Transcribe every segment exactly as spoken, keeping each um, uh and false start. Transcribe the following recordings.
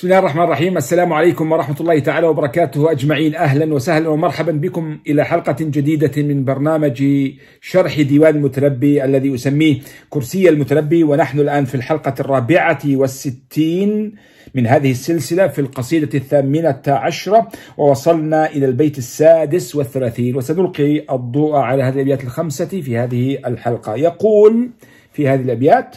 الله الرحمن الرحيم. السلام عليكم ورحمة الله تعالى وبركاته أجمعين. أهلا وسهلا ومرحبا بكم إلى حلقة جديدة من برنامج شرح ديوان المتنبي الذي أسميه كرسي المتنبي، ونحن الآن في الحلقة الرابعة والستين من هذه السلسلة في القصيدة الثامنة عشرة، ووصلنا إلى البيت السادس والثلاثين، وسنلقي الضوء على هذه الأبيات الخمسة في هذه الحلقة. يقول في هذه الأبيات: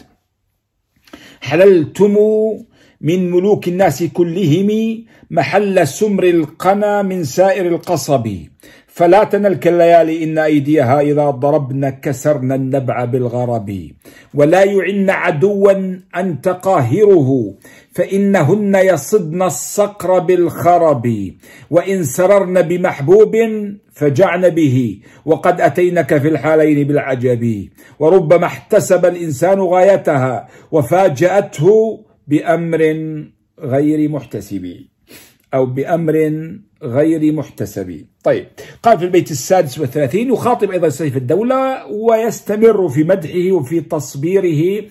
حللتم من ملوك الناس كلهم محل سمر القنا من سائر القصب، فلا تنلك الليالي إن أيديها إذا ضربن كسرن النبع بالغرب، ولا يعن عدوا أن تقاهره فإنهن يصدن الصقر بالخرب، وإن سررن بمحبوب فجعن به وقد أتينك في الحالين بالعجب، وربما احتسب الإنسان غايتها وفاجأته بأمر غير محتسب أو بأمر غير محتسب. طيب، قال في البيت السادس والثلاثين: يخاطب أيضا سيف الدولة ويستمر في مدحه وفي تصبيره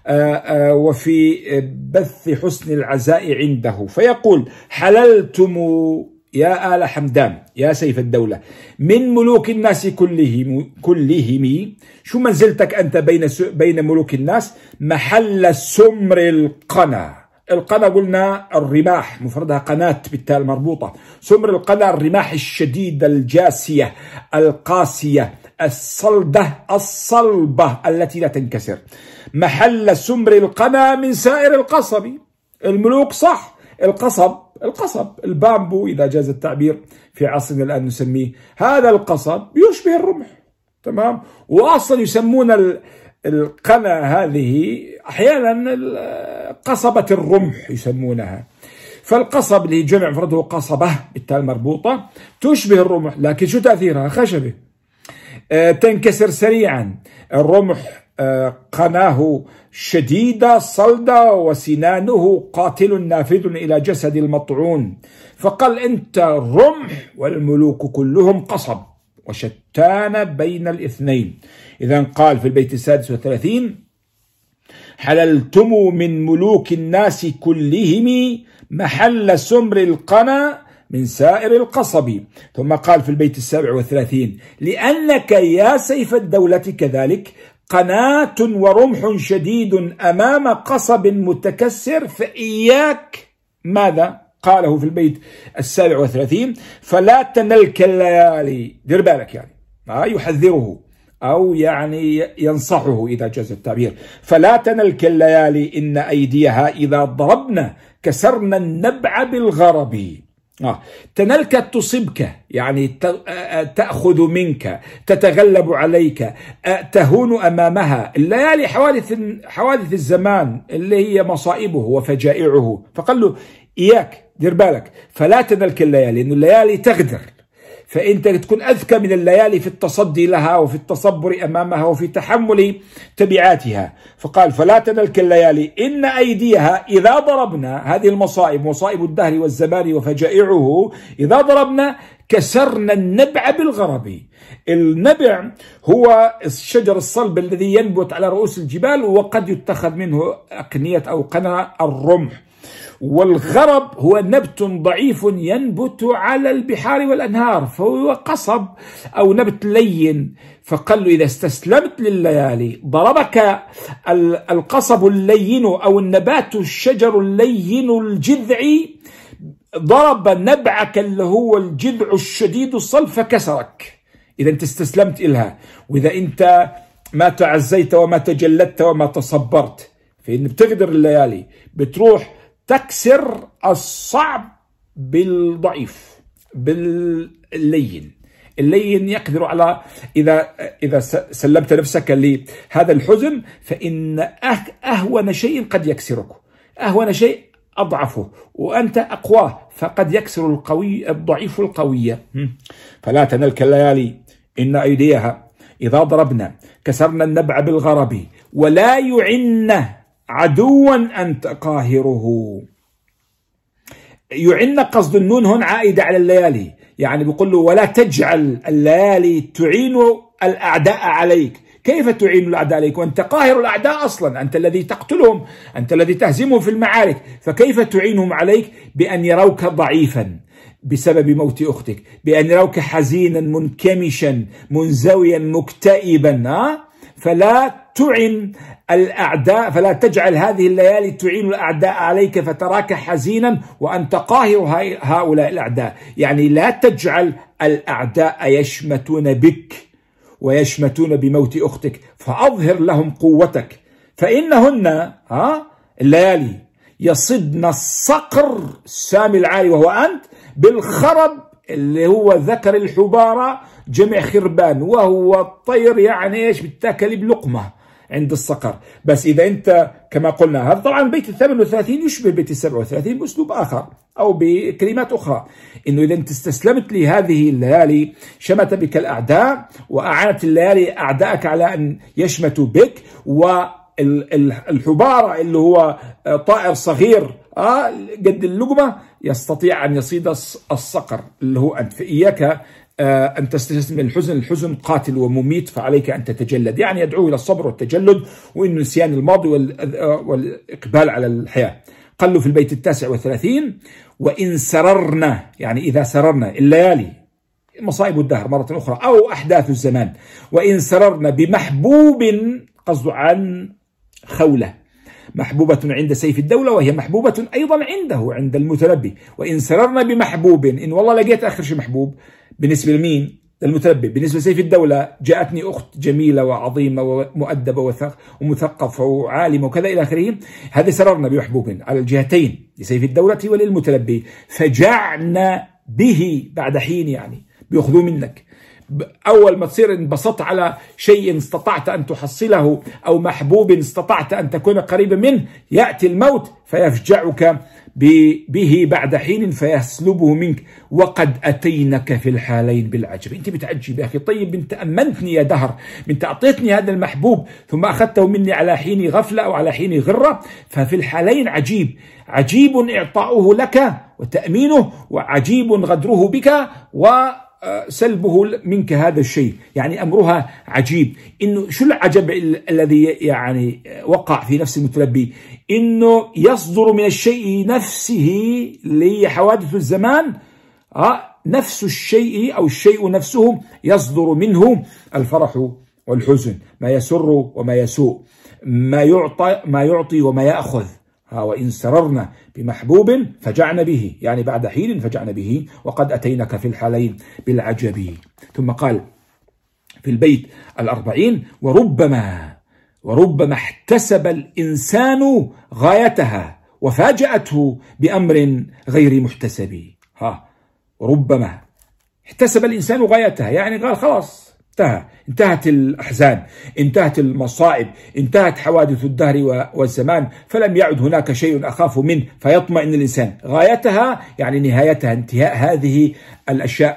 وفي بث حسن العزاء عنده، فيقول: حللتم يا آل حمدان يا سيف الدولة من ملوك الناس كلهم كلهم شو منزلتك أنت بين بين ملوك الناس؟ محل سمر القنا. القنا قلنا الرماح، مفردها قناة بالتاء المربوطة. سمر القنا الرماح الشديدة الجاسية القاسية الصلدة الصلبة التي لا تنكسر. محل سمر القنا من سائر القصب. الملوك صح، القصب القصب البامبو إذا جاز التعبير في عصرنا الآن نسميه، هذا القصب يشبه الرمح، تمام؟ وأصلا يسمون القنا هذه أحيانا قصبة الرمح يسمونها. فالقصب اللي جمع مفرده قصبة بالتاء المربوطة تشبه الرمح، لكن شو تأثيرها؟ خشبة، آه تنكسر سريعا. الرمح آه قناه شديدة صلدة وسنانه قاتل نافذ إلى جسد المطعون، فقال أنت رمح والملوك كلهم قصب، وشتان بين الاثنين. إذن قال في البيت السادس والثلاثين: حللتم من ملوك الناس كلهم محل سمر القنا من سائر القصب. ثم قال في البيت السابع والثلاثين: لأنك يا سيف الدولة كذلك قناة ورمح شديد أمام قصب متكسر، فإياك ماذا؟ قاله في البيت السابع والثلاثين: فلا تنلك الليالي. دير بالك، يعني آه يحذره أو يعني ينصحه إذا جاز التعبير. فلا تنلك الليالي إن أيديها إذا ضربنا كسرنا النبع بالغرب. آه. تنلك تصبك، يعني تأخذ منك، تتغلب عليك، تهون أمامها. الليالي حوادث حوادث الزمان اللي هي مصائبه وفجائعه، فقال له إياك دير بالك، فلا تنلك الليالي، إنه الليالي تغدر، فأنت تكون أذكى من الليالي في التصدي لها وفي التصبر أمامها وفي تحمل تبعاتها. فقال: فلا تنلك الليالي إن أيديها إذا ضربنا، هذه المصائب مصائب الدهر والزمان وفجائعه، إذا ضربنا كسرنا النبع بالغرب. النبع هو الشجر الصلب الذي ينبت على رؤوس الجبال، وقد يتخذ منه أقنية أو قنا الرمح. والغرب هو نبت ضعيف ينبت على البحار والأنهار، فهو قصب أو نبت لين. فقال له: إذا استسلمت لليالي ضربك القصب اللين أو النبات الشجر اللين الجذعي، ضرب نبعك اللي هو الجذع الشديد الصلب فكسرك إذا أنت استسلمت إلها. وإذا أنت ما تعزيت وما تجلدت وما تصبرت، فإن بتقدر الليالي بتروح تكسر الصعب بالضعيف باللين. اللين يقدر على إذا إذا سلمت نفسك لهذا الحزن، فإن أهون شيء قد يكسرك، أهون شيء أضعفه وأنت أقواه، فقد يكسر القوي الضعيف القوية. فلا تنلك الليالي إن أيديها إذا ضربنا كسرنا النبع بالغرب، ولا يعن عدوا أنت قاهره. يعن قصد النون هنا عائدة على الليالي، يعني بيقول له: ولا تجعل الليالي تعين الأعداء عليك، كيف تعين الأعداء عليك وأنت قاهر الأعداء أصلا، أنت الذي تقتلهم، أنت الذي تهزمهم في المعارك، فكيف تعينهم عليك؟ بأن يروك ضعيفا بسبب موت أختك، بأن يروك حزينا منكمشا منزويا مكتئبا. ها؟ فلا تعن الأعداء، فلا تجعل هذه الليالي تعين الأعداء عليك فتراك حزينا وأنت قاهر هؤلاء الأعداء. يعني لا تجعل الأعداء يشمتون بك ويشمتون بموت أختك، فأظهر لهم قوتك، فإنهن ها الليالي يصدن الصقر السامي العالي وهو أنت بالخرب اللي هو ذكر الحبارة جمع خربان، وهو الطير يعني ايش بتاكل بلقمة عند الصقر. بس إذا أنت كما قلنا، هذا طبعا البيت الثامن والثلاثين يشبه البيت السبع والثلاثين بأسلوب آخر أو بكلمات أخرى، إنه إذا أنت استسلمت لهذه الليالي شمت بك الأعداء، وأعانت الليالي أعدائك على أن يشمتوا بك، والحبارة اللي هو طائر صغير آه قد اللقمة يستطيع أن يصيد الصقر اللي هو أنت. فإياك أن تستسلم الحزن، الحزن قاتل ومميت، فعليك أن تتجلد، يعني يدعو إلى الصبر والتجلد وإن نسيان الماضي والإقبال على الحياة. قالوا في البيت التاسع والثلاثين: وإن سررنا، يعني إذا سررنا الليالي مصائب الدهر مرة أخرى أو أحداث الزمان، وإن سررنا بمحبوب، قصد عن خولة، محبوبة عند سيف الدولة وهي محبوبة أيضا عنده عند المتنبي. وإن سررنا بمحبوب، إن والله لقيت آخر شيء محبوب بالنسبة لمين؟ للمتنبي. بالنسبة لسيف الدولة: جاءتني أخت جميلة وعظيمة ومؤدبة ومثقفة وعالمة وكذا إلى آخره. هذه سررنا بمحبوب على الجهتين، لسيف الدولة وللمتنبي. فجعنا به بعد حين، يعني بيأخذوه منك. أول ما تصير انبسطت على شيء استطعت أن تحصله أو محبوب استطعت أن تكون قريبا منه، يأتي الموت فيفجعك به بعد حين فيسلبه منك. وقد أتينك في الحالين بالعجب. أنت بتعجب يا أخي، طيب أنت أمنتني يا دهر، أنت أعطيتني هذا المحبوب ثم أخذته مني على حين غفلة أو على حين غرة، ففي الحالين عجيب. عجيب إعطاؤه لك وتأمينه، وعجيب غدره بك و سلبه منك هذا الشيء، يعني أمرها عجيب. إنه شو العجب الذي يعني وقع في نفس المتنبي؟ إنه يصدر من الشيء نفسه لحوادث الزمان آه نفس الشيء أو الشيء نفسه يصدر منه الفرح والحزن، ما يسر وما يسوء، ما يعطي ما يعطي وما يأخذ. ها وإن سررنا بمحبوب فجعنا به، يعني بعد حين فجعنا به، وقد أتينك في الحالين بالعجب. ثم قال في البيت الأربعين: وربما وربما احتسب الإنسان غايتها وفاجأته بأمر غير محتسب. ها وربما احتسب الإنسان غايتها، يعني قال خلاص انتهى، انتهت الأحزان، انتهت المصائب، انتهت حوادث الدهر والزمان، فلم يعد هناك شيء أخاف منه، فيطمئن الإنسان. غايتها يعني نهايتها، انتهاء هذه الأشياء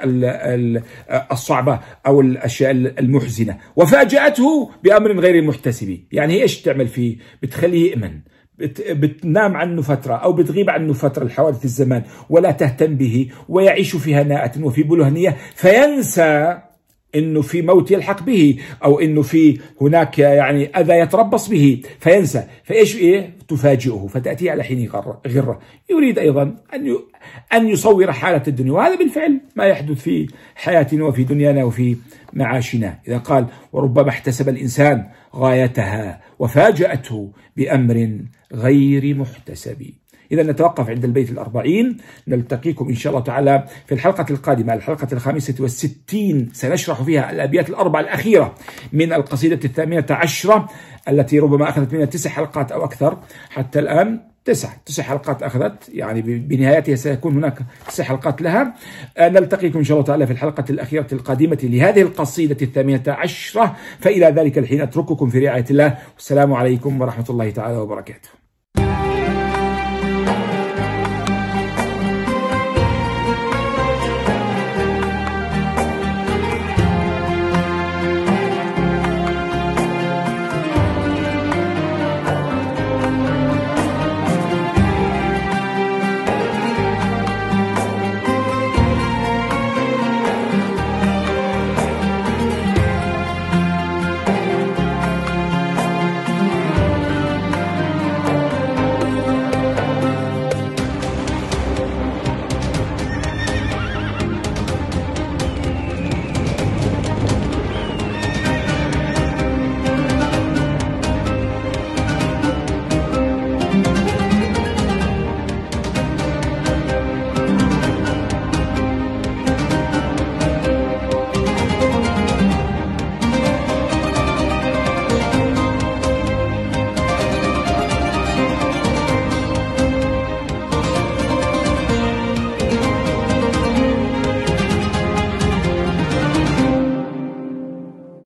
الصعبة أو الأشياء المحزنة. وفاجأته بأمر غير محتسب، يعني إيش تعمل فيه؟ بتخليه يأمن، بتنام عنه فترة أو بتغيب عنه فترة الحوادث الزمان ولا تهتم به، ويعيش في هناءة وفي بلهنية، فينسى إنه في موت يلحق به أو إنه في هناك يعني أذى يتربص به، فينسى. فإيش إيه؟ تفاجئه فتأتي على حين غرة. يريد أيضا أن أن يصور حالة الدنيا، وهذا بالفعل ما يحدث في حياتنا وفي دنيانا وفي معاشنا. إذا قال: وربما احتسب الإنسان غايتها وفاجأته بأمر غير محتسب. إذا نتوقف عند البيت الأربعين، نلتقيكم إن شاء الله تعالى في الحلقة القادمة، الحلقة الخامسة والستين، سنشرح فيها الأبيات الأربعة الأخيرة من القصيدة الثامنة عشرة التي ربما أخذت منها تسع حلقات أو أكثر حتى الآن. تسع تسع حلقات أخذت، يعني بنهايتها سيكون هناك تسع حلقات لها. نلتقيكم إن شاء الله تعالى في الحلقة الأخيرة القادمة لهذه القصيدة الثامنة عشرة. فإلى ذلك الحين أترككم في رعاية الله، والسلام عليكم ورحمة الله تعالى وبركاته.